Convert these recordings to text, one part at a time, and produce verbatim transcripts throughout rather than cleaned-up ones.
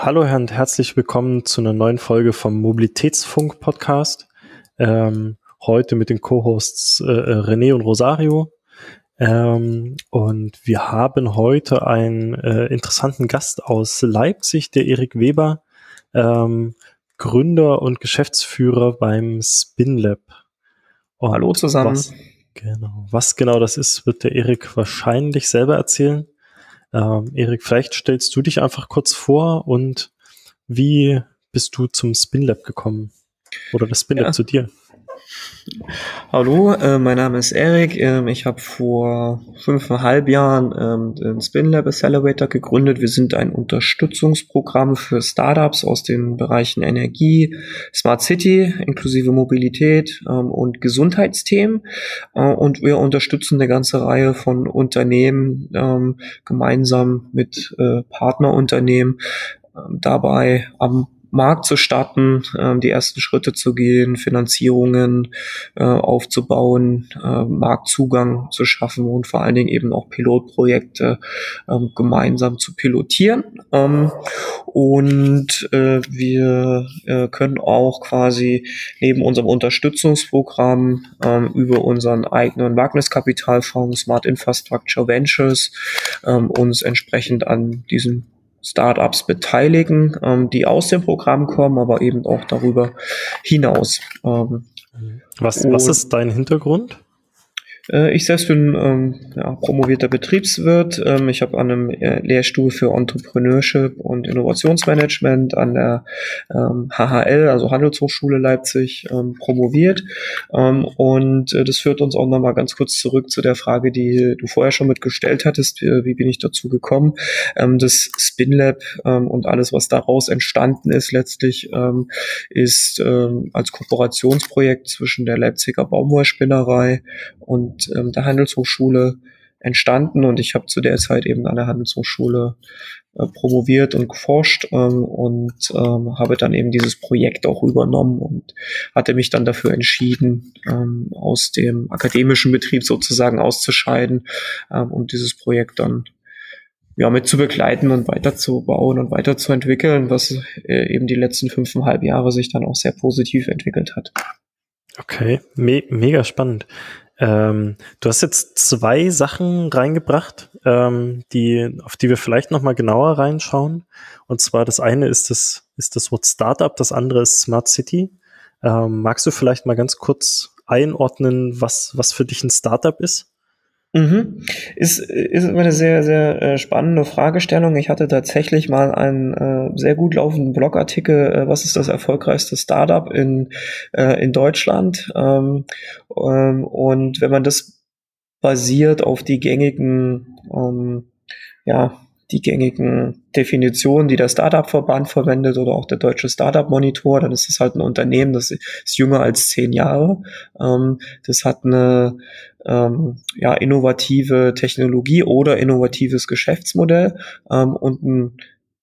Hallo und herzlich willkommen zu einer neuen Folge vom Mobilitätsfunk-Podcast. Ähm, heute mit den Co-Hosts äh, René und Rosario. Ähm, und wir haben heute einen äh, interessanten Gast aus Leipzig, der Erik Weber, ähm, Gründer und Geschäftsführer beim SpinLab. Und Hallo zusammen. Was genau, was genau das ist, wird der Erik wahrscheinlich selber erzählen. Ähm, Erik, vielleicht stellst du dich einfach kurz vor und wie bist du zum SpinLab gekommen? Oder das SpinLab Ja. zu dir? Hallo, äh, mein Name ist Erik. Ähm, ich habe vor fünfeinhalb Jahren ähm, den SpinLab Accelerator gegründet. Wir sind ein Unterstützungsprogramm für Startups aus den Bereichen Energie, Smart City, inklusive Mobilität ähm, und Gesundheitsthemen. Äh, und wir unterstützen eine ganze Reihe von Unternehmen ähm, gemeinsam mit äh, Partnerunternehmen ähm, dabei am Markt zu starten, ähm, die ersten Schritte zu gehen, Finanzierungen äh, aufzubauen, äh, Marktzugang zu schaffen und vor allen Dingen eben auch Pilotprojekte ähm, gemeinsam zu pilotieren. Ähm, und äh, wir äh, können auch quasi neben unserem Unterstützungsprogramm ähm, über unseren eigenen Wagniskapitalfonds Smart Infrastructure Ventures ähm, uns entsprechend an diesen Startups beteiligen, ähm, die aus dem Programm kommen, aber eben auch darüber hinaus. Ähm, Was, was und ist dein Hintergrund? äh, ich selbst bin ähm, ja, promovierter Betriebswirt. Ähm, ich habe an einem äh, Lehrstuhl für Entrepreneurship und Innovationsmanagement an der ähm, H H L, also Handelshochschule Leipzig, ähm, promoviert. Ähm, und äh, das führt uns auch nochmal ganz kurz zurück zu der Frage, die du vorher schon mitgestellt hattest. Wie, wie bin ich dazu gekommen? Ähm, das SpinLab ähm, und alles, was daraus entstanden ist, letztlich ähm, ist ähm, als Kooperationsprojekt zwischen der Leipziger Baumwollspinnerei und ähm, der Handelshochschule entstanden, und ich habe zu der Zeit eben an der Handelshochschule äh, promoviert und geforscht ähm, und ähm, habe dann eben dieses Projekt auch übernommen und hatte mich dann dafür entschieden, ähm, aus dem akademischen Betrieb sozusagen auszuscheiden ähm, und dieses Projekt dann ja mit zu begleiten und weiterzubauen und weiterzuentwickeln, was äh, eben die letzten fünfeinhalb Jahre sich dann auch sehr positiv entwickelt hat. Okay, me mega spannend. Ähm, du hast jetzt zwei Sachen reingebracht, ähm, die, auf die wir vielleicht nochmal genauer reinschauen. Und zwar das eine ist das, ist das Wort Startup, das andere ist Smart City. Ähm, magst du vielleicht mal ganz kurz einordnen, was, was für dich ein Startup ist? Mhm. Ist, ist immer eine sehr, sehr äh, spannende Fragestellung. Ich hatte tatsächlich mal einen äh, sehr gut laufenden Blogartikel, äh, was ist das erfolgreichste Startup in, äh, in Deutschland? Ähm, ähm, und wenn man das basiert auf die gängigen, ähm, ja, die gängigen Definitionen, die der Startup-Verband verwendet oder auch der Deutsche Startup-Monitor, dann ist es halt ein Unternehmen, das ist jünger als zehn Jahre. Ähm, das hat eine ähm, ja, innovative Technologie oder innovatives Geschäftsmodell ähm, und ein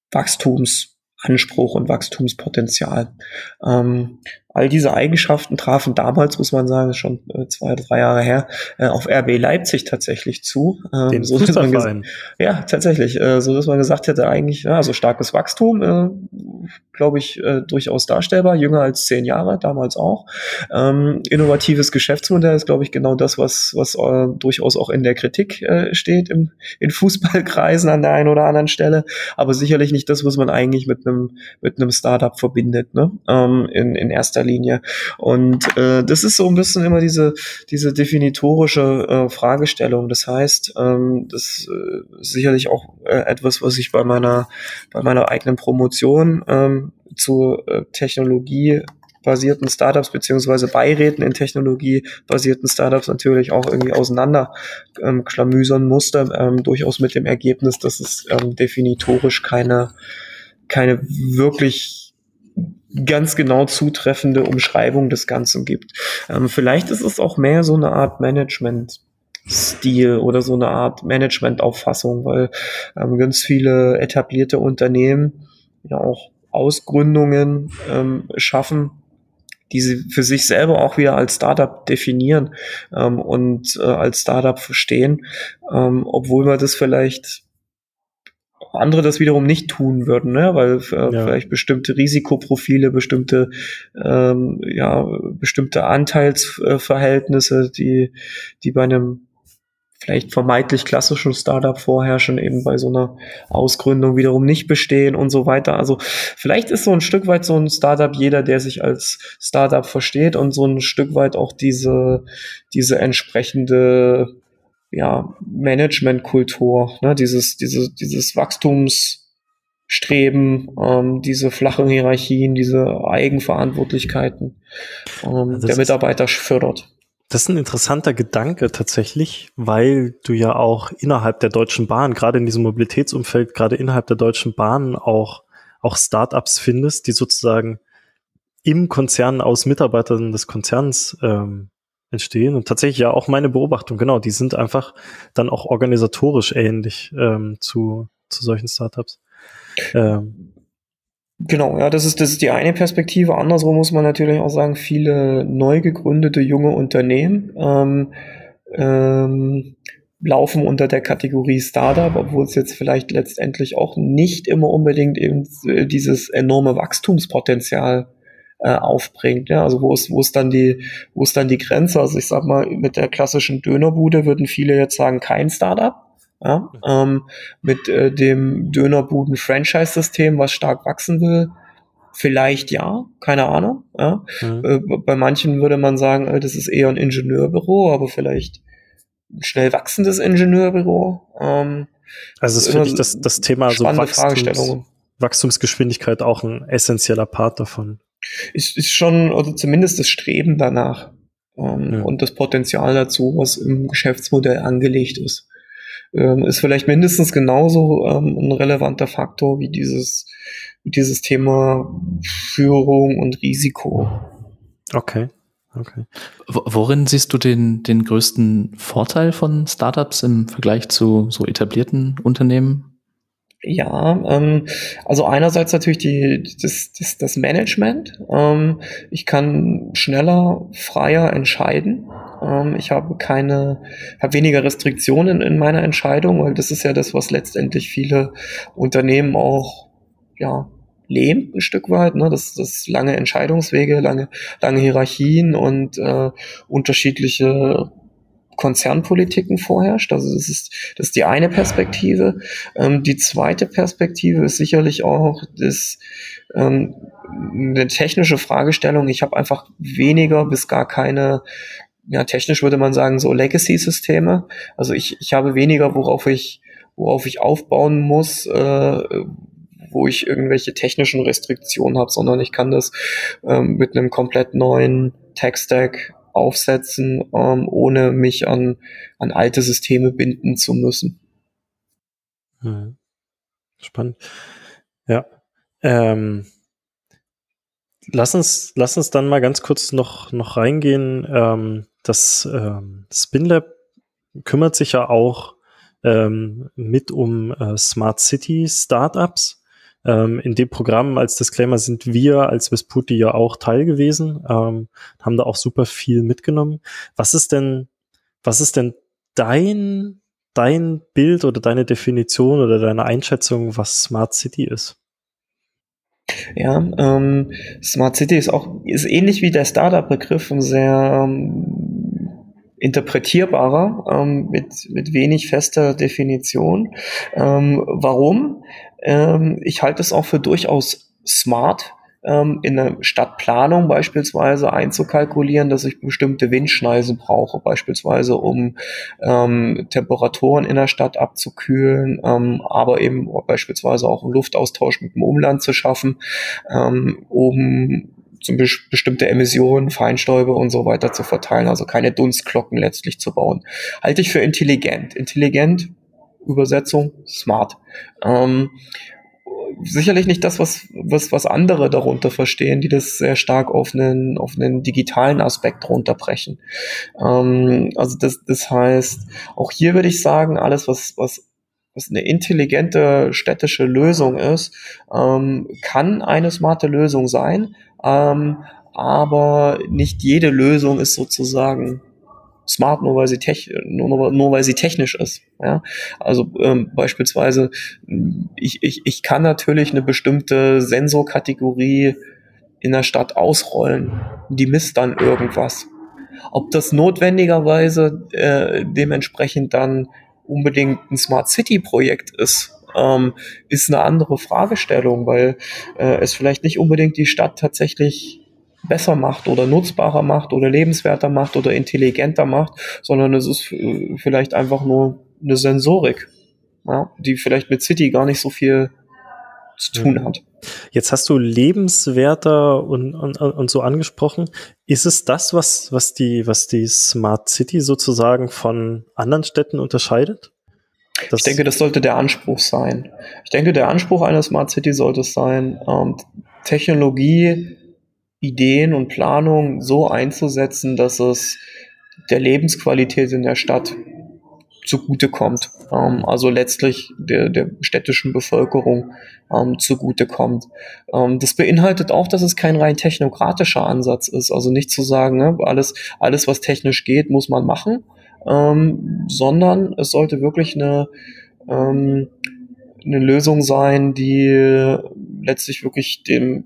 Wachstumsanspruch und Wachstumspotenzial. Ähm, all diese Eigenschaften trafen damals, muss man sagen, schon äh, zwei, drei Jahre her, äh, auf R B Leipzig tatsächlich zu. Ähm, Den so dass man Fußballverein. ja, tatsächlich, äh, so dass man gesagt hätte, eigentlich, ja, so starkes Wachstum, äh, glaube ich, äh, durchaus darstellbar, jünger als zehn Jahre, damals auch. Ähm, innovatives Geschäftsmodell ist, glaube ich, genau das, was, was äh, durchaus auch in der Kritik äh, steht im, in Fußballkreisen an der einen oder anderen Stelle, aber sicherlich nicht das, was man eigentlich mit einem mit einem Startup verbindet, ne? ähm, in, in erster Linie. Und äh, das ist so ein bisschen immer diese, diese definitorische äh, Fragestellung. Das heißt, ähm, das äh, ist sicherlich auch äh, etwas, was ich bei meiner, bei meiner eigenen Promotion ähm, zu äh, Technologie basierten Startups beziehungsweise Beiräten in technologiebasierten Startups natürlich auch irgendwie auseinander ähm, klamüsern musste, ähm, durchaus mit dem Ergebnis, dass es ähm, definitorisch keine, keine wirklich ganz genau zutreffende Umschreibung des Ganzen gibt. Ähm, vielleicht ist es auch mehr so eine Art Management Stil oder so eine Art Management-Auffassung, weil ähm, ganz viele etablierte Unternehmen ja auch Ausgründungen ähm, schaffen, die sie für sich selber auch wieder als Startup definieren ähm, und äh, als Startup verstehen, ähm, obwohl man das vielleicht andere das wiederum nicht tun würden, ne? Weil äh, Ja. vielleicht bestimmte Risikoprofile, bestimmte ähm, ja bestimmte Anteilsverhältnisse, die die bei einem vielleicht vermeintlich klassischen Startup vorherrschen, eben bei so einer Ausgründung wiederum nicht bestehen und so weiter. Also vielleicht ist so ein Stück weit so ein Startup jeder, der sich als Startup versteht und so ein Stück weit auch diese diese entsprechende ja, Managementkultur, ne, dieses, diese, dieses Wachstumsstreben, ähm, diese flachen Hierarchien, diese Eigenverantwortlichkeiten ähm, Also der das ist, Mitarbeiter fördert. das ist ein interessanter Gedanke tatsächlich, weil du ja auch innerhalb der Deutschen Bahn, gerade in diesem Mobilitätsumfeld, gerade innerhalb der Deutschen Bahn auch, auch Startups findest, die sozusagen im Konzern aus Mitarbeitern des Konzerns ähm, entstehen. Und tatsächlich ja auch meine Beobachtung, genau, die sind einfach dann auch organisatorisch ähnlich ähm, zu, zu solchen Startups. Ähm, Genau, ja, das ist, das ist die eine Perspektive. Andersrum muss man natürlich auch sagen, viele neu gegründete junge Unternehmen ähm, ähm, laufen unter der Kategorie Startup, obwohl es jetzt vielleicht letztendlich auch nicht immer unbedingt eben äh, dieses enorme Wachstumspotenzial äh, aufbringt. Ja? Also wo ist, wo ist dann die, wo ist dann die Grenze? Also ich sag mal, mit der klassischen Dönerbude würden viele jetzt sagen, kein Startup. Ja, ähm, mit äh, dem Dönerbuden-Franchise-System, was stark wachsen will, vielleicht ja, keine Ahnung. Ja. mhm. Äh, bei manchen würde man sagen, äh, das ist eher ein Ingenieurbüro, aber vielleicht ein schnell wachsendes Ingenieurbüro. Ähm, Also das ist ist für immer dich das, das Thema so spannende Wachstums, Fragestellungen. Wachstumsgeschwindigkeit auch ein essentieller Part davon. Ist, ist schon, oder zumindest das Streben danach ähm, Mhm. und das Potenzial dazu, was im Geschäftsmodell angelegt ist. Ähm, ist vielleicht mindestens genauso ähm, ein relevanter Faktor wie dieses, wie dieses Thema Führung und Risiko. Okay. Okay. Worin siehst du den, den größten Vorteil von Startups im Vergleich zu so etablierten Unternehmen? Ja, ähm, also einerseits natürlich die, das, das, das Management. Ähm, ich kann schneller, freier entscheiden. Ähm, ich habe keine, habe weniger Restriktionen in meiner Entscheidung, weil das ist ja das, was letztendlich viele Unternehmen auch, ja, lähmt ein Stück weit, ne? Das, das lange Entscheidungswege, lange, lange Hierarchien und äh, unterschiedliche Konzernpolitiken vorherrscht. Also das ist, das ist die eine Perspektive. Ähm, die zweite Perspektive ist sicherlich auch das, ähm, eine technische Fragestellung. Ich habe einfach weniger bis gar keine, ja, technisch würde man sagen, so Legacy-Systeme. Also ich, ich habe weniger, worauf ich, worauf ich aufbauen muss, äh, wo ich irgendwelche technischen Restriktionen habe, sondern ich kann das ähm, mit einem komplett neuen Tech-Stack aufsetzen, ähm, ohne mich an, an alte Systeme binden zu müssen. Mhm. Spannend. Ja. Ähm, lass uns, lass uns dann mal ganz kurz noch, noch reingehen. Ähm, das ähm, SpinLab kümmert sich ja auch ähm, mit um äh, Smart City Startups. Ähm, in dem Programm als Disclaimer sind wir als Vesputi ja auch Teil gewesen, ähm, haben da auch super viel mitgenommen. Was ist denn, was ist denn dein, dein Bild oder deine Definition oder deine Einschätzung, was Smart City ist? Ja, ähm, Smart City ist auch, ist ähnlich wie der Startup-Begriff ein sehr ähm, interpretierbarer, ähm, mit, mit wenig fester Definition. Ähm, warum? Ähm, ich halte es auch für durchaus smart, ähm, in der Stadtplanung beispielsweise einzukalkulieren, dass ich bestimmte Windschneisen brauche, beispielsweise um ähm, Temperaturen in der Stadt abzukühlen, ähm, aber eben auch beispielsweise auch einen Luftaustausch mit dem Umland zu schaffen, ähm, um zum Beispiel bestimmte Emissionen, Feinstäube und so weiter zu verteilen, also keine Dunstglocken letztlich zu bauen. Halte ich für intelligent. Intelligent, Übersetzung, smart. Ähm, sicherlich nicht das, was, was, was andere darunter verstehen, die das sehr stark auf einen, auf einen digitalen Aspekt runterbrechen. Ähm, also das, das heißt, auch hier würde ich sagen, alles, was, was, was eine intelligente städtische Lösung ist, ähm, kann eine smarte Lösung sein, ähm, aber nicht jede Lösung ist sozusagen smart, nur weil sie tech, nur, nur weil sie technisch ist. Ja? Also ähm, beispielsweise, ich, ich, ich kann natürlich eine bestimmte Sensorkategorie in der Stadt ausrollen. Die misst dann irgendwas. Ob das notwendigerweise äh, dementsprechend dann unbedingt ein Smart City Projekt ist, ähm, ist eine andere Fragestellung, weil äh, es vielleicht nicht unbedingt die Stadt tatsächlich besser macht oder nutzbarer macht oder lebenswerter macht oder intelligenter macht, sondern es ist äh, vielleicht einfach nur eine Sensorik, ja, die vielleicht mit City gar nicht so viel zu tun hat. Jetzt hast du lebenswerter und, und, und so angesprochen. Ist es das, was, was die, was die Smart City sozusagen von anderen Städten unterscheidet? Das ich denke, das sollte der Anspruch sein. Ich denke, der Anspruch einer Smart City sollte es sein, ähm, Technologie, Ideen und Planung so einzusetzen, dass es der Lebensqualität in der Stadt zugutekommt. Ähm, also letztlich der, der städtischen Bevölkerung ähm, zugutekommt. Ähm, das beinhaltet auch, dass es kein rein technokratischer Ansatz ist. Also nicht zu sagen, ne, alles, alles, was technisch geht, muss man machen, ähm, sondern es sollte wirklich eine, ähm, eine Lösung sein, die letztlich wirklich dem,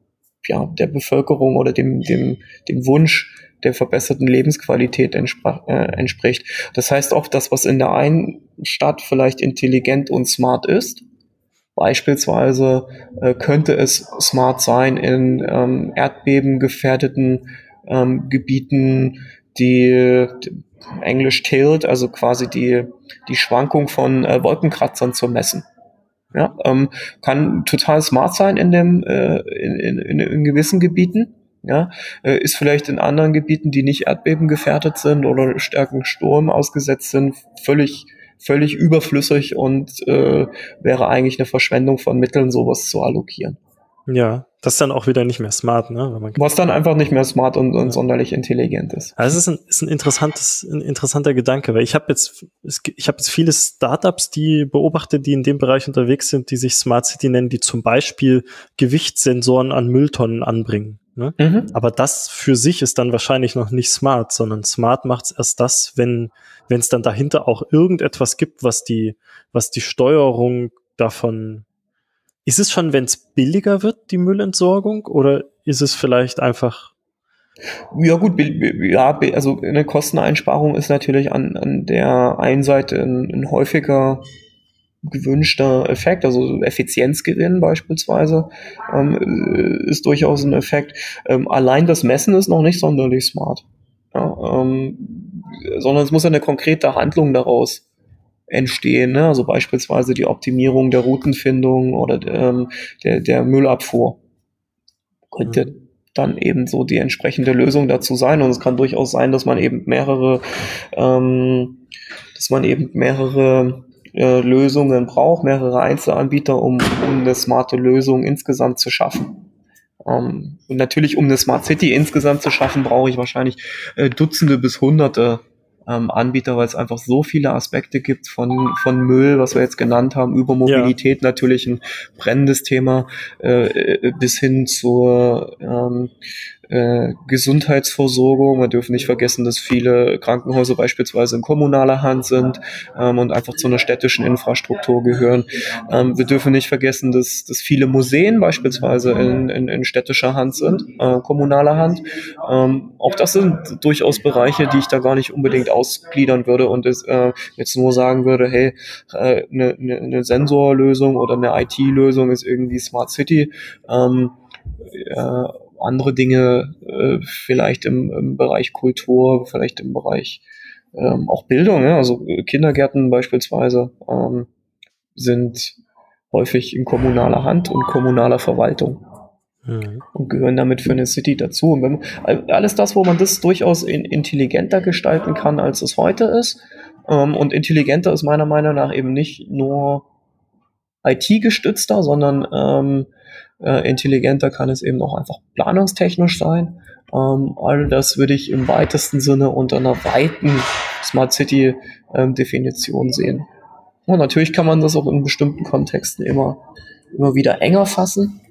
ja, der Bevölkerung oder dem, dem, dem Wunsch der verbesserten Lebensqualität entspr- äh, entspricht. Das heißt auch, das, was in der einen Stadt vielleicht intelligent und smart ist, beispielsweise äh, könnte es smart sein in ähm, erdbebengefährdeten ähm, Gebieten, die, die Englisch Tilt, also quasi die, die Schwankung von äh, Wolkenkratzern zu messen. Ja, ähm, kann total smart sein in dem äh, in, in, in gewissen Gebieten. Ja, äh, ist vielleicht in anderen Gebieten, die nicht erdbebengefährdet sind oder stärken Sturm ausgesetzt sind, völlig völlig überflüssig und äh, wäre eigentlich eine Verschwendung von Mitteln, sowas zu allokieren. Ja, das ist dann auch wieder nicht mehr smart, ne? Wenn man Was dann einfach nicht mehr smart und, und ja. sonderlich intelligent ist. Also es ist ein, ist ein interessantes, ein interessanter Gedanke, weil ich habe jetzt, ich habe jetzt viele Startups, die beobachte, die in dem Bereich unterwegs sind, die sich Smart City nennen, die zum Beispiel Gewichtssensoren an Mülltonnen anbringen. Ne? Mhm. Aber das für sich ist dann wahrscheinlich noch nicht smart, sondern smart macht es erst das, wenn wenn es dann dahinter auch irgendetwas gibt, was die, was die Steuerung davon. Ist es schon, wenn es billiger wird, die Müllentsorgung, oder ist es vielleicht einfach? Ja gut, ja, also eine Kosteneinsparung ist natürlich an, an der einen Seite ein, ein häufiger gewünschter Effekt, also Effizienzgewinn beispielsweise, ähm, ist durchaus ein Effekt. Ähm, allein das Messen ist noch nicht sonderlich smart, ja, ähm, sondern es muss eine konkrete Handlung daraus entstehen, ne? Also beispielsweise die Optimierung der Routenfindung oder ähm, der, der Müllabfuhr könnte mhm. dann eben so die entsprechende Lösung dazu sein. Und es kann durchaus sein, dass man eben mehrere, ähm, dass man eben mehrere äh, Lösungen braucht, mehrere Einzelanbieter, um, um eine smarte Lösung insgesamt zu schaffen. Ähm, und natürlich, um eine Smart City insgesamt zu schaffen, brauche ich wahrscheinlich äh, Dutzende bis Hunderte ähm, Anbieter, weil es einfach so viele Aspekte gibt von, von Müll, was wir jetzt genannt haben, über Mobilität ja. natürlich ein brennendes Thema, äh, bis hin zur ähm, äh, Gesundheitsversorgung. Wir dürfen nicht vergessen, dass viele Krankenhäuser beispielsweise in kommunaler Hand sind ähm, und einfach zu einer städtischen Infrastruktur gehören. Ähm, wir dürfen nicht vergessen, dass, dass viele Museen beispielsweise in, in, in städtischer Hand sind, äh, kommunaler Hand. Ähm, auch das sind durchaus Bereiche, die ich da gar nicht unbedingt ausgliedern würde und es, äh, jetzt nur sagen würde, hey, äh, eine, eine, eine Sensorlösung oder eine I T-Lösung ist irgendwie Smart City. Ähm, äh, andere Dinge äh, vielleicht im, im Bereich Kultur, vielleicht im Bereich ähm, auch Bildung, ja? Also Kindergärten beispielsweise ähm, sind häufig in kommunaler Hand und kommunaler Verwaltung mhm. und gehören damit für eine City dazu. Und wenn man, alles das, wo man das durchaus in, intelligenter gestalten kann, als es heute ist, ähm, und intelligenter ist meiner Meinung nach eben nicht nur I T-gestützter, sondern ähm, äh, intelligenter kann es eben auch einfach planungstechnisch sein. Ähm, all das würde ich im weitesten Sinne unter einer weiten Smart City-Definition ähm, sehen. Und natürlich kann man das auch in bestimmten Kontexten immer, immer wieder enger fassen.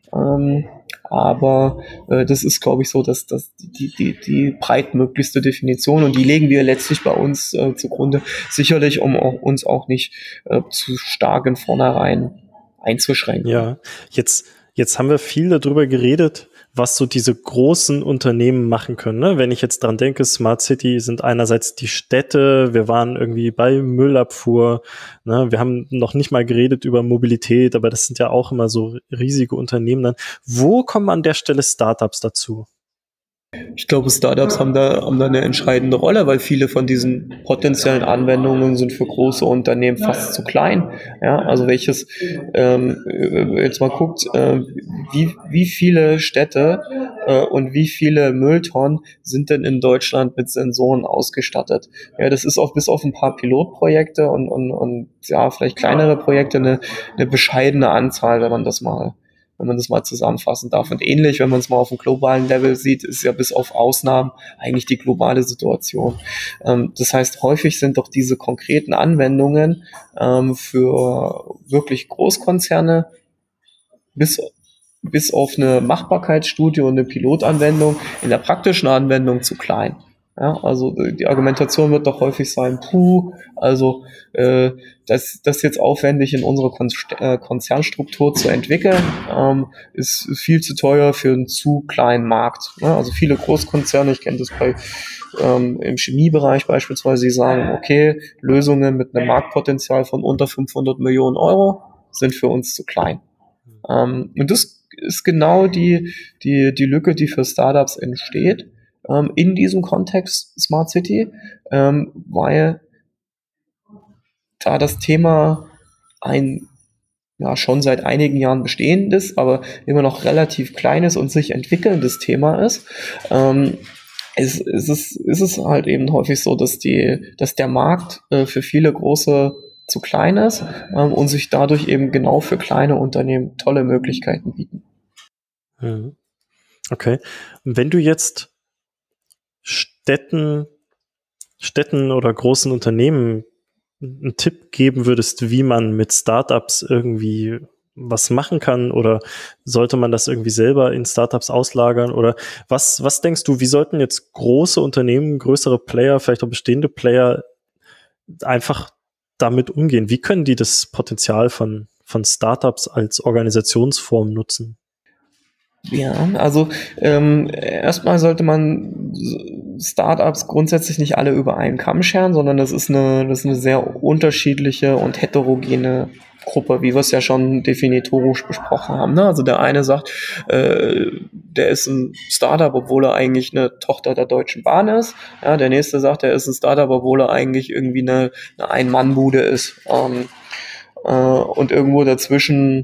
Ähm, aber äh, das ist, glaube ich, so, dass das die, die, die breitmöglichste Definition, und die legen wir letztlich bei uns äh, zugrunde, sicherlich, um auch, uns auch nicht äh, zu stark in vornherein einzuschränken. Ja, jetzt, jetzt haben wir viel darüber geredet, was so diese großen Unternehmen machen können. Ne? Wenn ich jetzt dran denke, Smart City sind einerseits die Städte, wir waren irgendwie bei Müllabfuhr, ne? Wir haben noch nicht mal geredet über Mobilität, aber das sind ja auch immer so riesige Unternehmen dann. Wo kommen an der Stelle Startups dazu? Ich glaube, Startups haben da, haben da eine entscheidende Rolle, weil viele von diesen potenziellen Anwendungen sind für große Unternehmen fast zu klein. Ja, also welches, ähm, jetzt mal guckt, äh, wie, wie viele Städte äh, und wie viele Mülltonnen sind denn in Deutschland mit Sensoren ausgestattet? Ja, das ist auch bis auf ein paar Pilotprojekte und, und, und ja, vielleicht kleinere Projekte eine, eine bescheidene Anzahl, wenn man das mal wenn man das mal zusammenfassen darf. Und ähnlich, wenn man es mal auf dem globalen Level sieht, ist ja bis auf Ausnahmen eigentlich die globale Situation. Ähm, das heißt, häufig sind doch diese konkreten Anwendungen ähm, für wirklich Großkonzerne bis bis auf eine Machbarkeitsstudie und eine Pilotanwendung in der praktischen Anwendung zu klein. Ja, also die Argumentation wird doch häufig sein, puh, also äh, das, das jetzt aufwendig in unsere Kon äh, Konzernstruktur zu entwickeln, ähm, ist viel zu teuer für einen zu kleinen Markt. Ja, also viele Großkonzerne, ich kenne das bei ähm, im Chemiebereich beispielsweise, die sagen, okay, Lösungen mit einem Marktpotenzial von unter fünfhundert Millionen Euro sind für uns zu klein. Ähm, und das ist genau die, die, die Lücke, die für Startups entsteht ähm, in diesem Kontext Smart City, ähm, weil da das Thema ein ja schon seit einigen Jahren bestehendes, aber immer noch relativ kleines und sich entwickelndes Thema ist, ähm, ist, ist, es, ist es halt eben häufig so, dass, die, dass der Markt äh, für viele große zu klein ist ähm, und sich dadurch eben genau für kleine Unternehmen tolle Möglichkeiten bieten. Mhm. Okay. Und wenn du jetzt Städten, Städten oder großen Unternehmen einen Tipp geben würdest, wie man mit Startups irgendwie was machen kann, oder sollte man das irgendwie selber in Startups auslagern, oder was, was denkst du, wie sollten jetzt große Unternehmen, größere Player, vielleicht auch bestehende Player einfach damit umgehen? Wie können die das Potenzial von, von Startups als Organisationsform nutzen? Ja, also ähm, erstmal sollte man Startups grundsätzlich nicht alle über einen Kamm scheren, sondern das ist eine, das ist eine sehr unterschiedliche und heterogene Gruppe, wie wir es ja schon definitorisch besprochen haben. Ne? Also der eine sagt, äh, der ist ein Startup, obwohl er eigentlich eine Tochter der Deutschen Bahn ist. Ja, der nächste sagt, er ist ein Startup, obwohl er eigentlich irgendwie eine, eine Ein-Mann-Bude ist. Ähm, äh, und irgendwo dazwischen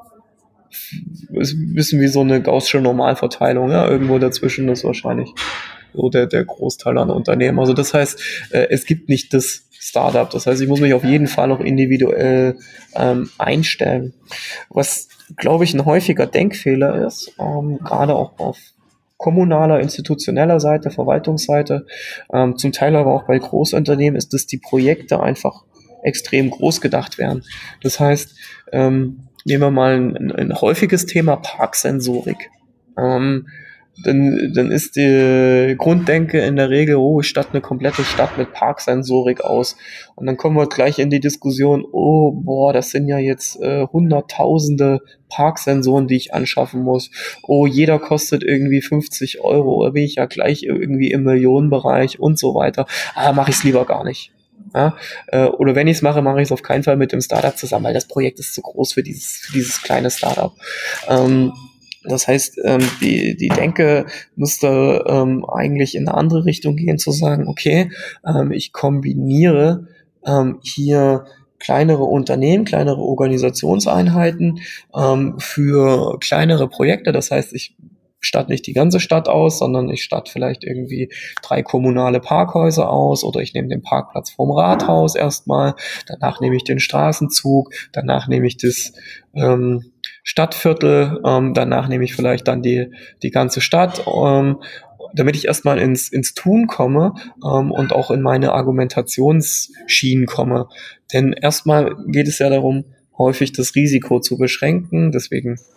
ist ein bisschen wie so eine gaußsche Normalverteilung. Ja? Irgendwo dazwischen ist wahrscheinlich so der, der Großteil an Unternehmen. Also das heißt, äh, es gibt nicht das Startup. Das heißt, ich muss mich auf jeden Fall auch individuell ähm, einstellen. Was, glaube ich, ein häufiger Denkfehler ist, ähm, gerade auch auf kommunaler, institutioneller Seite, Verwaltungsseite, ähm, zum Teil aber auch bei Großunternehmen, ist, dass die Projekte einfach extrem groß gedacht werden. Das heißt, ähm, nehmen wir mal ein, ein häufiges Thema, Parksensorik. Ähm, dann, dann ist die Grunddenke in der Regel, oh, ich statte eine komplette Stadt mit Parksensorik aus. Und dann kommen wir gleich in die Diskussion, oh, boah, das sind ja jetzt äh, hunderttausende Parksensoren, die ich anschaffen muss. Oh, jeder kostet irgendwie fünfzig Euro, oder bin ich ja gleich irgendwie im Millionenbereich und so weiter. Ah, mache ich es lieber gar nicht. Ja, äh, oder wenn ich es mache, mache ich es auf keinen Fall mit dem Startup zusammen, weil das Projekt ist zu groß für dieses, für dieses kleine Startup. Ähm, das heißt, ähm, die, die Denke müsste ähm, eigentlich in eine andere Richtung gehen, zu sagen, okay, ähm, ich kombiniere ähm, hier kleinere Unternehmen, kleinere Organisationseinheiten ähm, für kleinere Projekte. Das heißt, ich statt nicht die ganze Stadt aus, sondern ich statt vielleicht irgendwie drei kommunale Parkhäuser aus, oder ich nehme den Parkplatz vom Rathaus erstmal, danach nehme ich den Straßenzug, danach nehme ich das ähm, Stadtviertel, ähm, danach nehme ich vielleicht dann die, die ganze Stadt, ähm, damit ich erstmal ins, ins Tun komme ähm, und auch in meine Argumentationsschienen komme. Denn erstmal geht es ja darum, häufig das Risiko zu beschränken, deswegen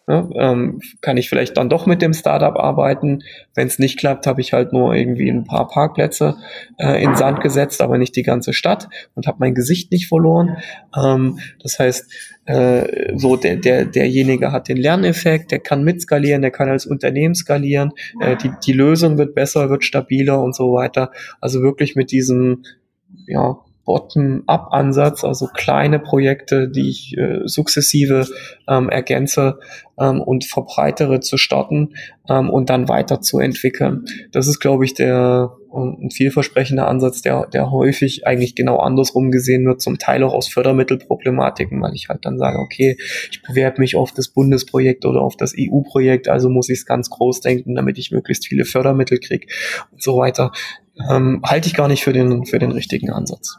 Ja, ähm, kann ich vielleicht dann doch mit dem Startup arbeiten. Wenn es nicht klappt, habe ich halt nur irgendwie ein paar Parkplätze äh, in Sand gesetzt, aber nicht die ganze Stadt und habe mein Gesicht nicht verloren. Ähm, das heißt, äh, so der, der, derjenige hat den Lerneffekt, der kann mitskalieren, der kann als Unternehmen skalieren, äh, die, die Lösung wird besser, wird stabiler und so weiter. Also wirklich mit diesem, ja, Bottom-up-Ansatz, also kleine Projekte, die ich äh, sukzessive ähm, ergänze ähm, und verbreitere, zu starten ähm, und dann weiterzuentwickeln. Das ist, glaube ich, der äh, ein vielversprechender Ansatz, der, der häufig eigentlich genau andersrum gesehen wird, zum Teil auch aus Fördermittelproblematiken, weil ich halt dann sage, okay, ich bewerbe mich auf das Bundesprojekt oder auf das E U-Projekt, also muss ich es ganz groß denken, damit ich möglichst viele Fördermittel kriege und so weiter. Ähm, halte ich gar nicht für den, für den richtigen Ansatz.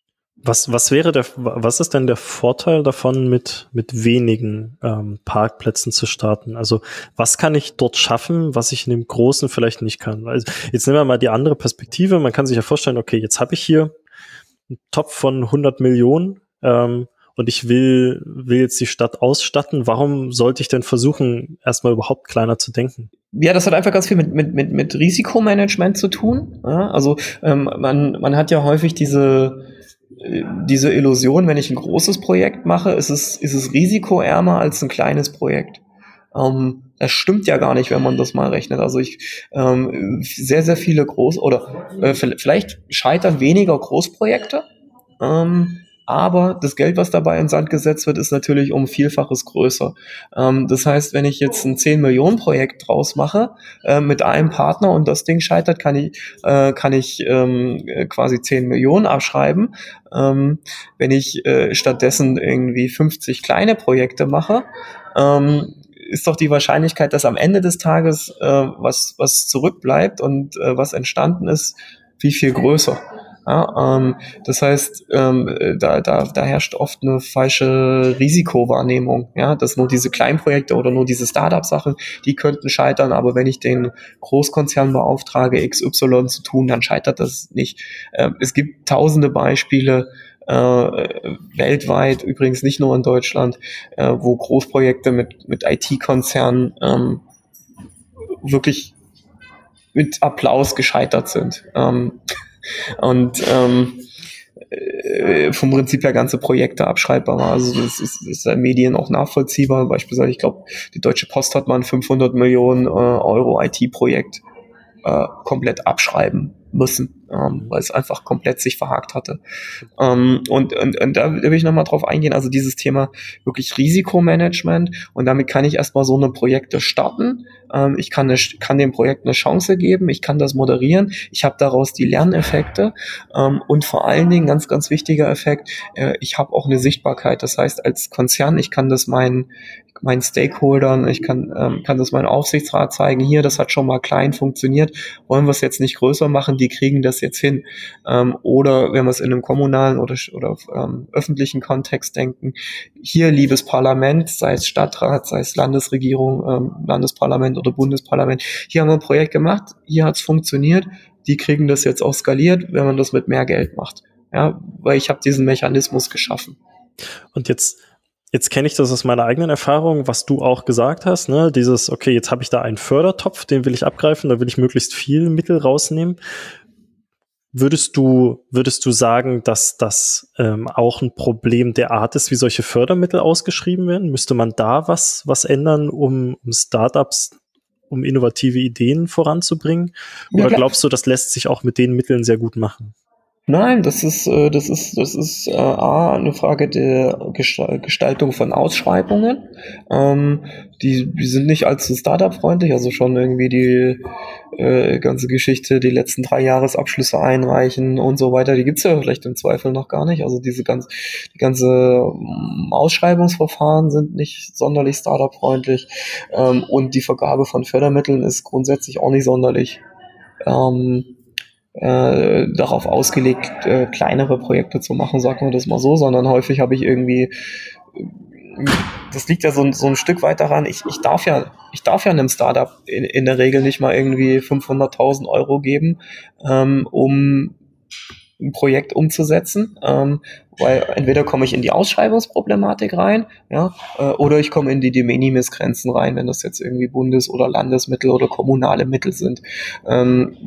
Was, was wäre der, was ist denn der Vorteil davon, mit, mit wenigen ähm, Parkplätzen zu starten? Also, was kann ich dort schaffen, was ich in dem Großen vielleicht nicht kann? Also, jetzt nehmen wir mal die andere Perspektive. Man kann sich ja vorstellen, okay, jetzt habe ich hier einen Topf von hundert Millionen ähm, und ich will, will jetzt die Stadt ausstatten. Warum sollte ich denn versuchen, erstmal überhaupt kleiner zu denken? Ja, das hat einfach ganz viel mit, mit, mit, mit Risikomanagement zu tun. Ja, also ähm, man, man hat ja häufig diese, diese Illusion, wenn ich ein großes Projekt mache, ist es, ist es risikoärmer als ein kleines Projekt. Ähm, das stimmt ja gar nicht, wenn man das mal rechnet. Also ich ähm, sehr, sehr viele Groß- oder äh, vielleicht scheitern weniger Großprojekte, ähm, aber das Geld, was dabei in Sand gesetzt wird, ist natürlich um Vielfaches größer. Ähm, das heißt, wenn ich jetzt ein zehn-Millionen-Projekt draus mache, äh, mit einem Partner und das Ding scheitert, kann ich, äh, kann ich ähm, quasi zehn Millionen abschreiben. Ähm, wenn ich äh, stattdessen irgendwie fünfzig kleine Projekte mache, ähm, ist doch die Wahrscheinlichkeit, dass am Ende des Tages äh, was, was zurückbleibt und äh, was entstanden ist, viel, viel größer. Ja, ähm, das heißt, ähm, da, da, da herrscht oft eine falsche Risikowahrnehmung, ja, dass nur diese Kleinprojekte oder nur diese Startup-Sachen, die könnten scheitern, aber wenn ich den Großkonzern beauftrage, X Y zu tun, dann scheitert das nicht. Ähm, es gibt tausende Beispiele, äh, weltweit, übrigens nicht nur in Deutschland, äh, wo Großprojekte mit, mit I T-Konzernen ähm, wirklich mit Applaus gescheitert sind. Ähm, und ähm, äh, vom Prinzip her ganze Projekte abschreibbar war. Also das ist, das ist in Medien auch nachvollziehbar. Beispielsweise, ich glaube, die Deutsche Post hat mal ein fünfhundert Millionen äh, Euro I T-Projekt äh, komplett abschreiben müssen, ähm, weil es einfach komplett sich verhakt hatte. Ähm, und, und, und da will ich nochmal drauf eingehen, also dieses Thema wirklich Risikomanagement, und damit kann ich erstmal so eine Projekte starten. Ähm, ich kann, eine, kann dem Projekt eine Chance geben, ich kann das moderieren, ich habe daraus die Lerneffekte ähm, und vor allen Dingen, ganz, ganz wichtiger Effekt, äh, ich habe auch eine Sichtbarkeit. Das heißt, als Konzern, ich kann das meinen meinen Stakeholdern, ich kann, ähm, kann das meinem Aufsichtsrat zeigen, hier, das hat schon mal klein funktioniert, wollen wir es jetzt nicht größer machen, die kriegen das jetzt hin. Ähm, oder wenn wir es in einem kommunalen oder, oder ähm, öffentlichen Kontext denken, hier, liebes Parlament, sei es Stadtrat, sei es Landesregierung, ähm, Landesparlament oder Bundesparlament, hier haben wir ein Projekt gemacht, hier hat es funktioniert, die kriegen das jetzt auch skaliert, wenn man das mit mehr Geld macht. Ja, weil ich habe diesen Mechanismus geschaffen. Und jetzt Jetzt kenne ich das aus meiner eigenen Erfahrung, was du auch gesagt hast, ne? Dieses, okay, jetzt habe ich da einen Fördertopf, den will ich abgreifen, da will ich möglichst viel Mittel rausnehmen. Würdest du, würdest du sagen, dass das ähm, auch ein Problem der Art ist, wie solche Fördermittel ausgeschrieben werden? Müsste man da was, was ändern, um, um Startups, um innovative Ideen voranzubringen? Oder Ja, glaubst du, das lässt sich auch mit den Mitteln sehr gut machen? Nein, das ist, äh, das ist, das ist äh, A, eine Frage der Gesta- Gestaltung von Ausschreibungen. Ähm, die, die sind nicht allzu Startup-freundlich, also schon irgendwie die äh, ganze Geschichte, die letzten drei Jahresabschlüsse einreichen und so weiter, die gibt's ja vielleicht im Zweifel noch gar nicht. Also diese ganz, die ganze ähm, Ausschreibungsverfahren sind nicht sonderlich Startup-freundlich, ähm, und die Vergabe von Fördermitteln ist grundsätzlich auch nicht sonderlich ähm, äh, darauf ausgelegt, äh, kleinere Projekte zu machen, sagen wir das mal so, sondern häufig habe ich irgendwie, das liegt ja so, so ein Stück weit daran, ich, ich darf ja, ich darf ja einem Startup in, in der Regel nicht mal irgendwie fünfhunderttausend Euro geben, ähm, um ein Projekt umzusetzen, ähm, weil entweder komme ich in die Ausschreibungsproblematik rein, ja, äh, oder ich komme in die De Minimis-Grenzen rein, wenn das jetzt irgendwie Bundes- oder Landesmittel oder kommunale Mittel sind. Ähm,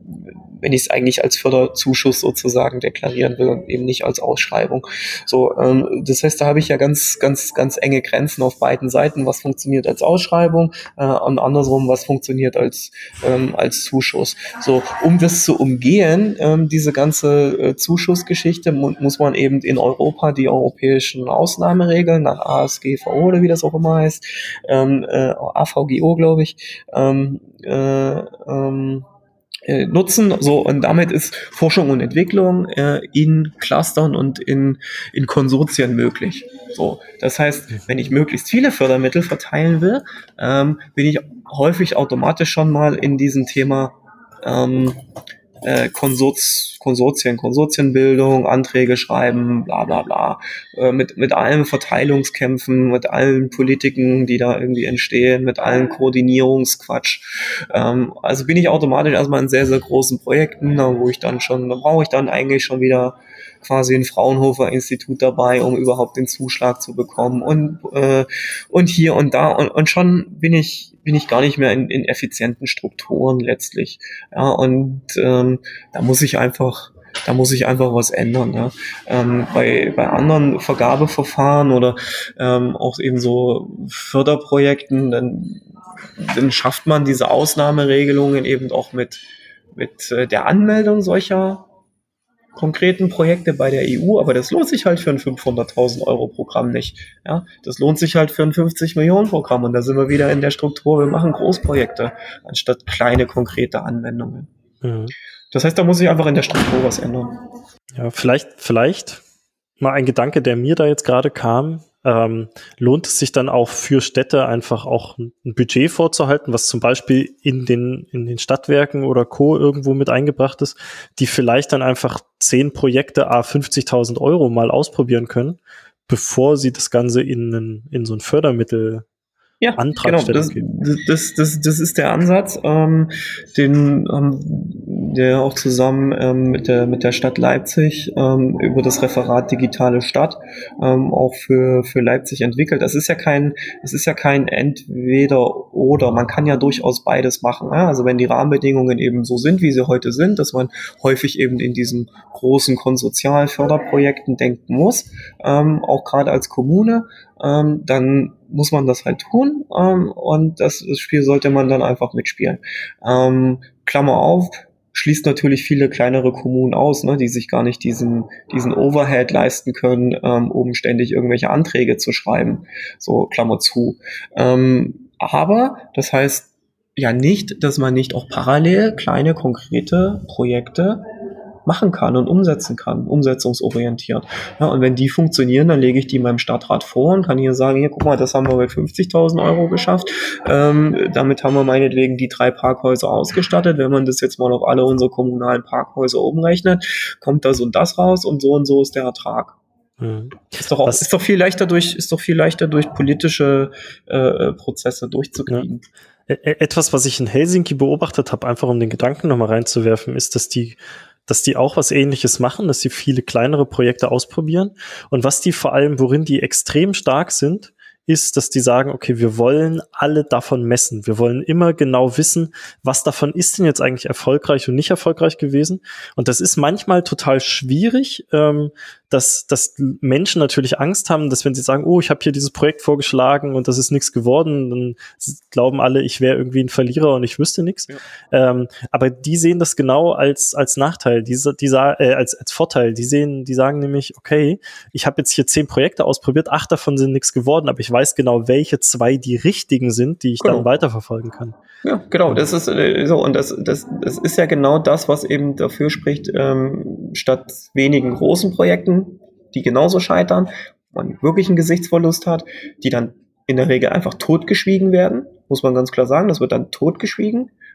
wenn ich es eigentlich als Förderzuschuss sozusagen deklarieren will und eben nicht als Ausschreibung. So, ähm, das heißt, da habe ich ja ganz, ganz, ganz enge Grenzen auf beiden Seiten. Was funktioniert als Ausschreibung äh, und andersrum, was funktioniert als ähm, als Zuschuss. So, um das zu umgehen, ähm, diese ganze äh, Zuschussgeschichte, mu muss man eben in Europa die europäischen Ausnahmeregeln nach A S G V O oder wie das auch immer heißt, ähm, äh, A V G O, glaube ich, ähm, äh, ähm, äh, nutzen. So, und damit ist Forschung und Entwicklung äh, in Clustern und in, in Konsortien möglich. So, das heißt, wenn ich möglichst viele Fördermittel verteilen will, ähm, bin ich häufig automatisch schon mal in diesem Thema ähm, äh, Konsorz, Konsortien, Konsortienbildung, Anträge schreiben, bla bla bla, äh, mit, mit allen Verteilungskämpfen, mit allen Politiken, die da irgendwie entstehen, mit allen Koordinierungsquatsch. Ähm, also bin ich automatisch erstmal in sehr, sehr großen Projekten, wo ich dann schon, da brauche ich dann eigentlich schon wieder quasi ein Fraunhofer-Institut dabei, um überhaupt den Zuschlag zu bekommen und äh, und hier und da und, und schon bin ich bin ich gar nicht mehr in, in effizienten Strukturen letztlich. Ja, und ähm, da muss ich einfach da muss ich einfach was ändern. Ja. Ähm, bei, bei anderen Vergabeverfahren oder ähm, auch eben so Förderprojekten, dann, dann schafft man diese Ausnahmeregelungen eben auch mit, mit äh, der Anmeldung solcher konkreten Projekte bei der E U, aber das lohnt sich halt für ein fünfhunderttausend Euro Programm nicht. Ja, das lohnt sich halt für ein fünfzig Millionen Programm und da sind wir wieder in der Struktur, wir machen Großprojekte anstatt kleine konkrete Anwendungen. Mhm. Das heißt, da muss ich einfach in der Struktur was ändern. Ja, vielleicht, vielleicht mal ein Gedanke, der mir da jetzt gerade kam. Ähm, lohnt es sich dann auch für Städte einfach auch ein Budget vorzuhalten, was zum Beispiel in den, in den Stadtwerken oder Co. irgendwo mit eingebracht ist, die vielleicht dann einfach zehn Projekte à fünfzigtausend Euro mal ausprobieren können, bevor sie das Ganze in, einen, in so ein Fördermittel Ja, genau, das, das, das, das ist der Ansatz, ähm, den ähm, der auch zusammen ähm, mit der mit der Stadt Leipzig ähm, über das Referat Digitale Stadt ähm, auch für für Leipzig entwickelt. Das ist ja kein, es ist ja kein Entweder oder. Man kann ja durchaus beides machen. Ja? Also wenn die Rahmenbedingungen eben so sind, wie sie heute sind, dass man häufig eben in diesen großen Konsortialförderprojekten denken muss, ähm, auch gerade als Kommune, ähm, dann muss man das halt tun ähm, und das, das Spiel sollte man dann einfach mitspielen. Ähm, Klammer auf, schließt natürlich viele kleinere Kommunen aus, ne, die sich gar nicht diesen, diesen Overhead leisten können, ähm, um ständig irgendwelche Anträge zu schreiben. So, Klammer zu. Ähm, aber das heißt ja nicht, dass man nicht auch parallel kleine, konkrete Projekte machen kann und umsetzen kann, umsetzungsorientiert. Ja, und wenn die funktionieren, dann lege ich die meinem Stadtrat vor und kann hier sagen, hier, guck mal, das haben wir mit fünfzigtausend Euro geschafft. Ähm, damit haben wir meinetwegen die drei Parkhäuser ausgestattet. Wenn man das jetzt mal auf alle unsere kommunalen Parkhäuser umrechnet, kommt das und das raus und so und so ist der Ertrag. Mhm. Ist doch auch, ist doch viel leichter durch, ist doch viel leichter durch politische äh, Prozesse durchzukriegen. Ja. Etwas, was ich in Helsinki beobachtet habe, einfach um den Gedanken nochmal reinzuwerfen, ist, dass die dass die auch was Ähnliches machen, dass sie viele kleinere Projekte ausprobieren. Und was die vor allem, worin die extrem stark sind, ist, dass die sagen, okay, wir wollen alle davon messen. Wir wollen immer genau wissen, was davon ist denn jetzt eigentlich erfolgreich und nicht erfolgreich gewesen. Und das ist manchmal total schwierig, ähm, dass, dass Menschen natürlich Angst haben, dass wenn sie sagen, oh, ich habe hier dieses Projekt vorgeschlagen und das ist nichts geworden, dann glauben alle, ich wäre irgendwie ein Verlierer und ich wüsste nichts. Ja. Ähm, aber die sehen das genau als als Nachteil, die, die, äh, als als Vorteil. Die sehen, die sagen nämlich, okay, ich habe jetzt hier zehn Projekte ausprobiert, acht davon sind nichts geworden, aber ich weiß genau, welche zwei die richtigen sind, die ich genau. dann weiterverfolgen kann. Ja, genau, das ist äh, so, und das, das, das ist ja genau das, was eben dafür spricht, ähm, statt wenigen großen Projekten, die genauso scheitern, man wirklich einen Gesichtsverlust hat, die dann in der Regel einfach totgeschwiegen werden, muss man ganz klar sagen, das wird dann totgeschwiegen,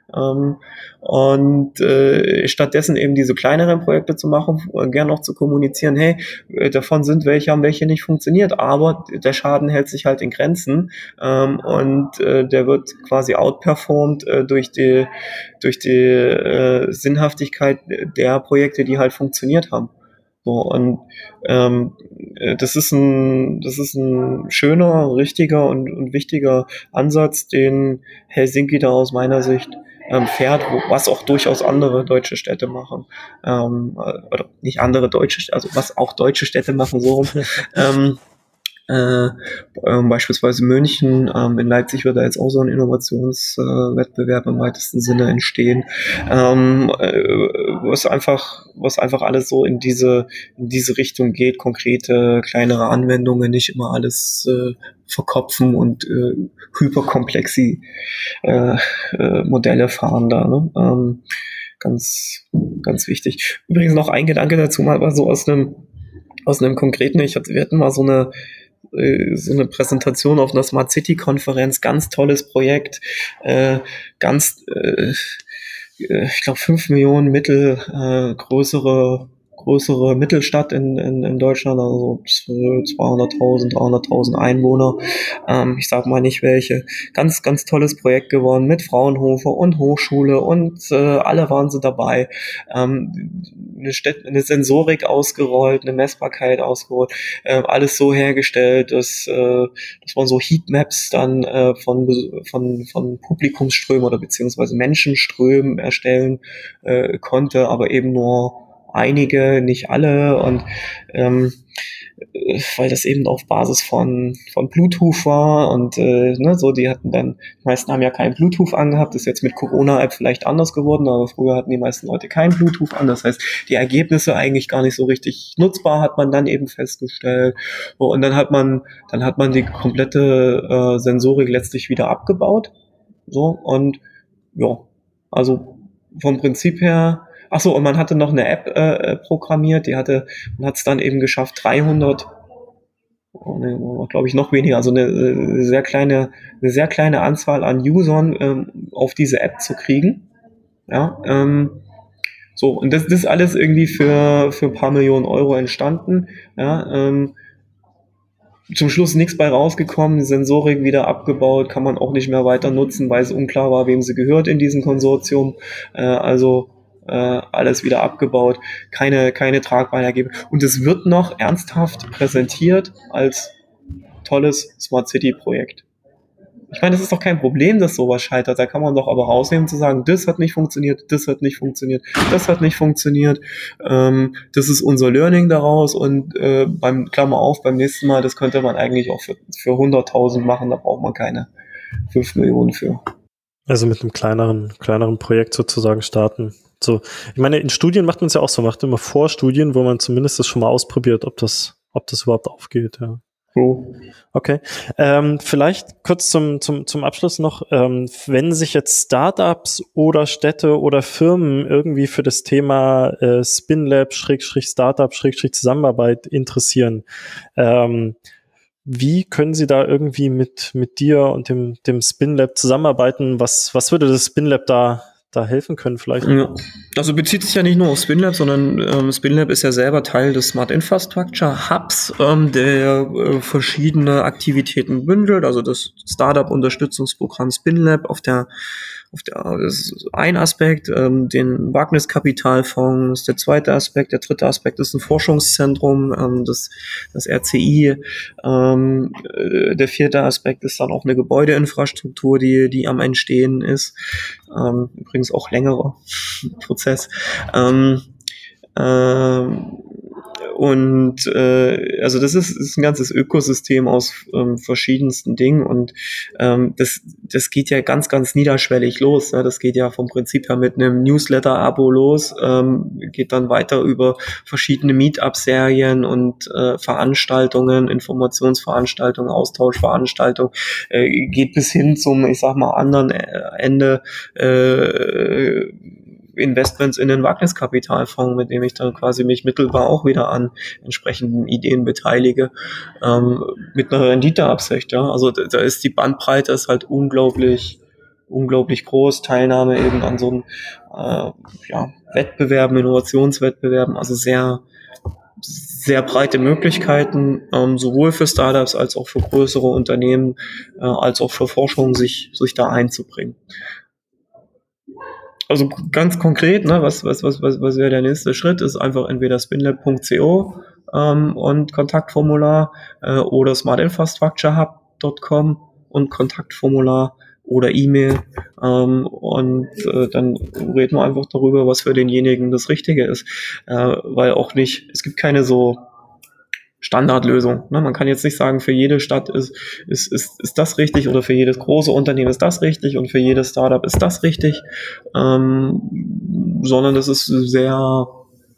Ähm, und äh, stattdessen eben diese kleineren Projekte zu machen, äh, gern auch zu kommunizieren, hey, äh, davon sind welche, haben welche nicht funktioniert, aber der Schaden hält sich halt in Grenzen, ähm, und äh, der wird quasi outperformed äh, durch die durch die äh, Sinnhaftigkeit der Projekte, die halt funktioniert haben. So, und ähm, äh, das ist ein das ist ein schöner, richtiger und, und wichtiger Ansatz, den Helsinki da aus meiner Sicht ähm, fährt, wo, was auch durchaus andere deutsche Städte machen. Ähm, äh, oder nicht andere deutsche, also was auch deutsche Städte machen, so rum. ähm, Äh, ähm, beispielsweise München, ähm, in Leipzig wird da jetzt auch so ein Innovationswettbewerb äh, im weitesten Sinne entstehen, ähm, äh, was einfach, was einfach alles so in diese, in diese Richtung geht, konkrete, kleinere Anwendungen, nicht immer alles äh, verkopfen und äh, hyperkomplexi äh, äh, Modelle fahren da, ne? Ähm, ganz, ganz wichtig. Übrigens noch ein Gedanke dazu, mal so aus einem, aus einem konkreten, ich hatte, wir hatten mal so eine so eine Präsentation auf einer Smart City Konferenz, ganz tolles Projekt, äh, ganz, äh, ich glaube fünf Millionen Mittel, äh, größere größere Mittelstadt in, in, in Deutschland, also zweihunderttausend, dreihunderttausend Einwohner. Ähm, ich sage mal nicht welche. Ganz, ganz tolles Projekt geworden mit Fraunhofer und Hochschule und äh, alle waren so dabei. Ähm, eine, Städt- eine Sensorik ausgerollt, eine Messbarkeit ausgerollt, äh, alles so hergestellt, dass, äh, dass man so Heatmaps dann äh, von, von, von Publikumsströmen oder beziehungsweise Menschenströmen erstellen äh, konnte, aber eben nur einige, nicht alle, und ähm, weil das eben auf Basis von von Bluetooth war und äh, ne, so, die hatten dann, die meisten haben ja kein Bluetooth angehabt, ist jetzt mit Corona-App vielleicht anders geworden, aber früher hatten die meisten Leute kein Bluetooth an, das heißt, die Ergebnisse eigentlich gar nicht so richtig nutzbar, hat man dann eben festgestellt. So, und dann hat man, dann hat man die komplette äh, Sensorik letztlich wieder abgebaut, so, und ja, also vom Prinzip her. Ach so, und man hatte noch eine App äh, programmiert, die hatte, man hat es dann eben geschafft, dreihundert, oh, nee, glaube ich noch weniger, also eine äh, sehr kleine, eine sehr kleine Anzahl an Usern ähm, auf diese App zu kriegen. Ja, ähm, so, und das, das ist alles irgendwie für, für ein paar Millionen Euro entstanden. Ja, ähm, zum Schluss nichts bei rausgekommen, die Sensorik wieder abgebaut, kann man auch nicht mehr weiter nutzen, weil es unklar war, wem sie gehört in diesem Konsortium. Äh, also äh, alles wieder abgebaut, keine, keine tragbaren Ergebnisse. Und es wird noch ernsthaft präsentiert als tolles Smart City Projekt. Ich meine, das ist doch kein Problem, dass sowas scheitert. Da kann man doch aber rausnehmen zu sagen, das hat nicht funktioniert, das hat nicht funktioniert, das hat nicht funktioniert. Ähm, das ist unser Learning daraus und äh, beim Klammer auf, beim nächsten Mal, das könnte man eigentlich auch für, für hunderttausend machen, da braucht man keine fünf Millionen für. Also mit einem kleineren, kleineren Projekt sozusagen starten. So, ich meine, in Studien macht man es ja auch so, macht immer Vorstudien, wo man zumindest das schon mal ausprobiert, ob das, ob das überhaupt aufgeht, ja. Okay. Ähm, vielleicht kurz zum, zum, zum Abschluss noch, ähm, wenn sich jetzt Startups oder Städte oder Firmen irgendwie für das Thema äh, SpinLab, Schrägstrich Startup, Schrägstrich Zusammenarbeit interessieren, ähm, wie können sie da irgendwie mit, mit dir und dem, dem SpinLab zusammenarbeiten? Was, was würde das SpinLab da da helfen können vielleicht? Ja. Also bezieht sich ja nicht nur auf SpinLab, sondern ähm, SpinLab ist ja selber Teil des Smart Infrastructure Hubs, ähm, der äh, verschiedene Aktivitäten bündelt, also das Startup-Unterstützungsprogramm SpinLab auf der auf der, das ist ein Aspekt, ähm, den Wagniskapitalfonds ist der zweite Aspekt, der dritte Aspekt ist ein Forschungszentrum, ähm, das, das R C I, ähm, äh, der vierte Aspekt ist dann auch eine Gebäudeinfrastruktur, die, die am Entstehen ist, ähm, übrigens auch längerer Prozess. Ähm, ähm, Und äh, also das ist, ist ein ganzes Ökosystem aus ähm, verschiedensten Dingen und ähm, das, das geht ja ganz, ganz niederschwellig los. Ne? Das geht ja vom Prinzip her mit einem Newsletter-Abo los, ähm, geht dann weiter über verschiedene Meetup-Serien und äh, Veranstaltungen, Informationsveranstaltungen, Austauschveranstaltungen, äh, geht bis hin zum, ich sag mal, anderen Ende äh, Investments in den Wagniskapitalfonds, mit dem ich dann quasi mich mittelbar auch wieder an entsprechenden Ideen beteilige, ähm, mit einer Renditeabsicht. Ja? Also da, da ist die Bandbreite ist halt unglaublich, unglaublich groß, Teilnahme eben an so einem äh, ja, Wettbewerben, Innovationswettbewerben, also sehr sehr breite Möglichkeiten, ähm, sowohl für Startups als auch für größere Unternehmen, äh, als auch für Forschung, sich, sich da einzubringen. Also ganz konkret, ne, was, was, was, was, was wäre der nächste Schritt, ist einfach entweder spinlab punkt co ähm, und Kontaktformular äh, oder smartinfrastructurehub punkt com und Kontaktformular oder E-Mail ähm, und äh, dann reden wir einfach darüber, was für denjenigen das Richtige ist, äh, weil auch nicht, es gibt keine so Standardlösung. Ne? Man kann jetzt nicht sagen, für jede Stadt ist, ist, ist, ist das richtig oder für jedes große Unternehmen ist das richtig und für jedes Startup ist das richtig, ähm, sondern das ist sehr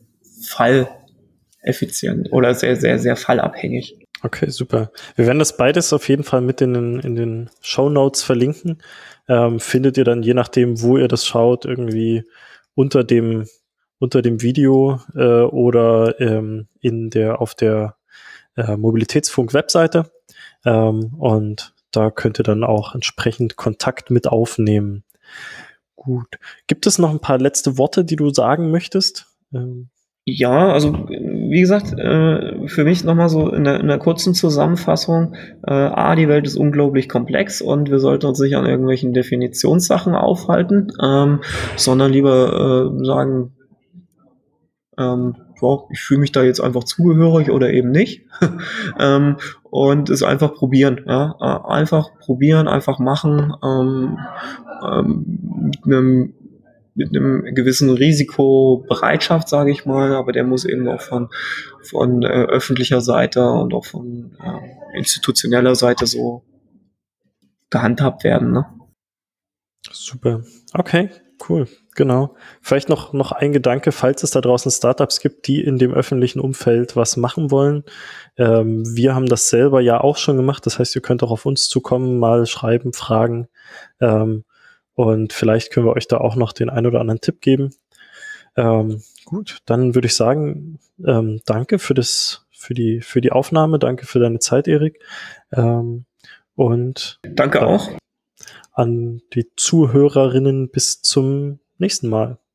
falleffizient oder sehr, sehr, sehr fallabhängig. Okay, super. Wir werden das beides auf jeden Fall mit in den, in den Shownotes verlinken. Ähm, findet ihr dann, je nachdem, wo ihr das schaut, irgendwie unter dem, unter dem Video äh, oder ähm, in der, auf der äh, Mobilitätsfunk-Webseite. Ähm, und da könnt ihr dann auch entsprechend Kontakt mit aufnehmen. Gut. Gibt es noch ein paar letzte Worte, die du sagen möchtest? Ähm, Ja, also wie gesagt, äh, für mich nochmal so in einer, in einer kurzen Zusammenfassung, äh, A, die Welt ist unglaublich komplex und wir sollten uns nicht an irgendwelchen Definitionssachen aufhalten, ähm, sondern lieber äh, sagen, ähm, ja, ich fühle mich da jetzt einfach zugehörig oder eben nicht ähm, und es einfach probieren, ja, äh, einfach probieren, einfach machen, ähm, ähm, mit einem mit einem gewissen Risikobereitschaft, sage ich mal, aber der muss eben auch von, von äh, öffentlicher Seite und auch von äh, institutioneller Seite so gehandhabt werden. Ne? Super. Okay, cool. Genau. Vielleicht noch, noch ein Gedanke, falls es da draußen Startups gibt, die in dem öffentlichen Umfeld was machen wollen. Ähm, wir haben das selber ja auch schon gemacht. Das heißt, ihr könnt auch auf uns zukommen, mal schreiben, fragen. Ähm, und vielleicht können wir euch da auch noch den ein oder anderen Tipp geben. Ähm, gut, dann würde ich sagen, ähm, danke für das, für die, für die Aufnahme. Danke für deine Zeit, Erik. Ähm, und Danke auch. An die Zuhörerinnen bis zum nächsten Mal.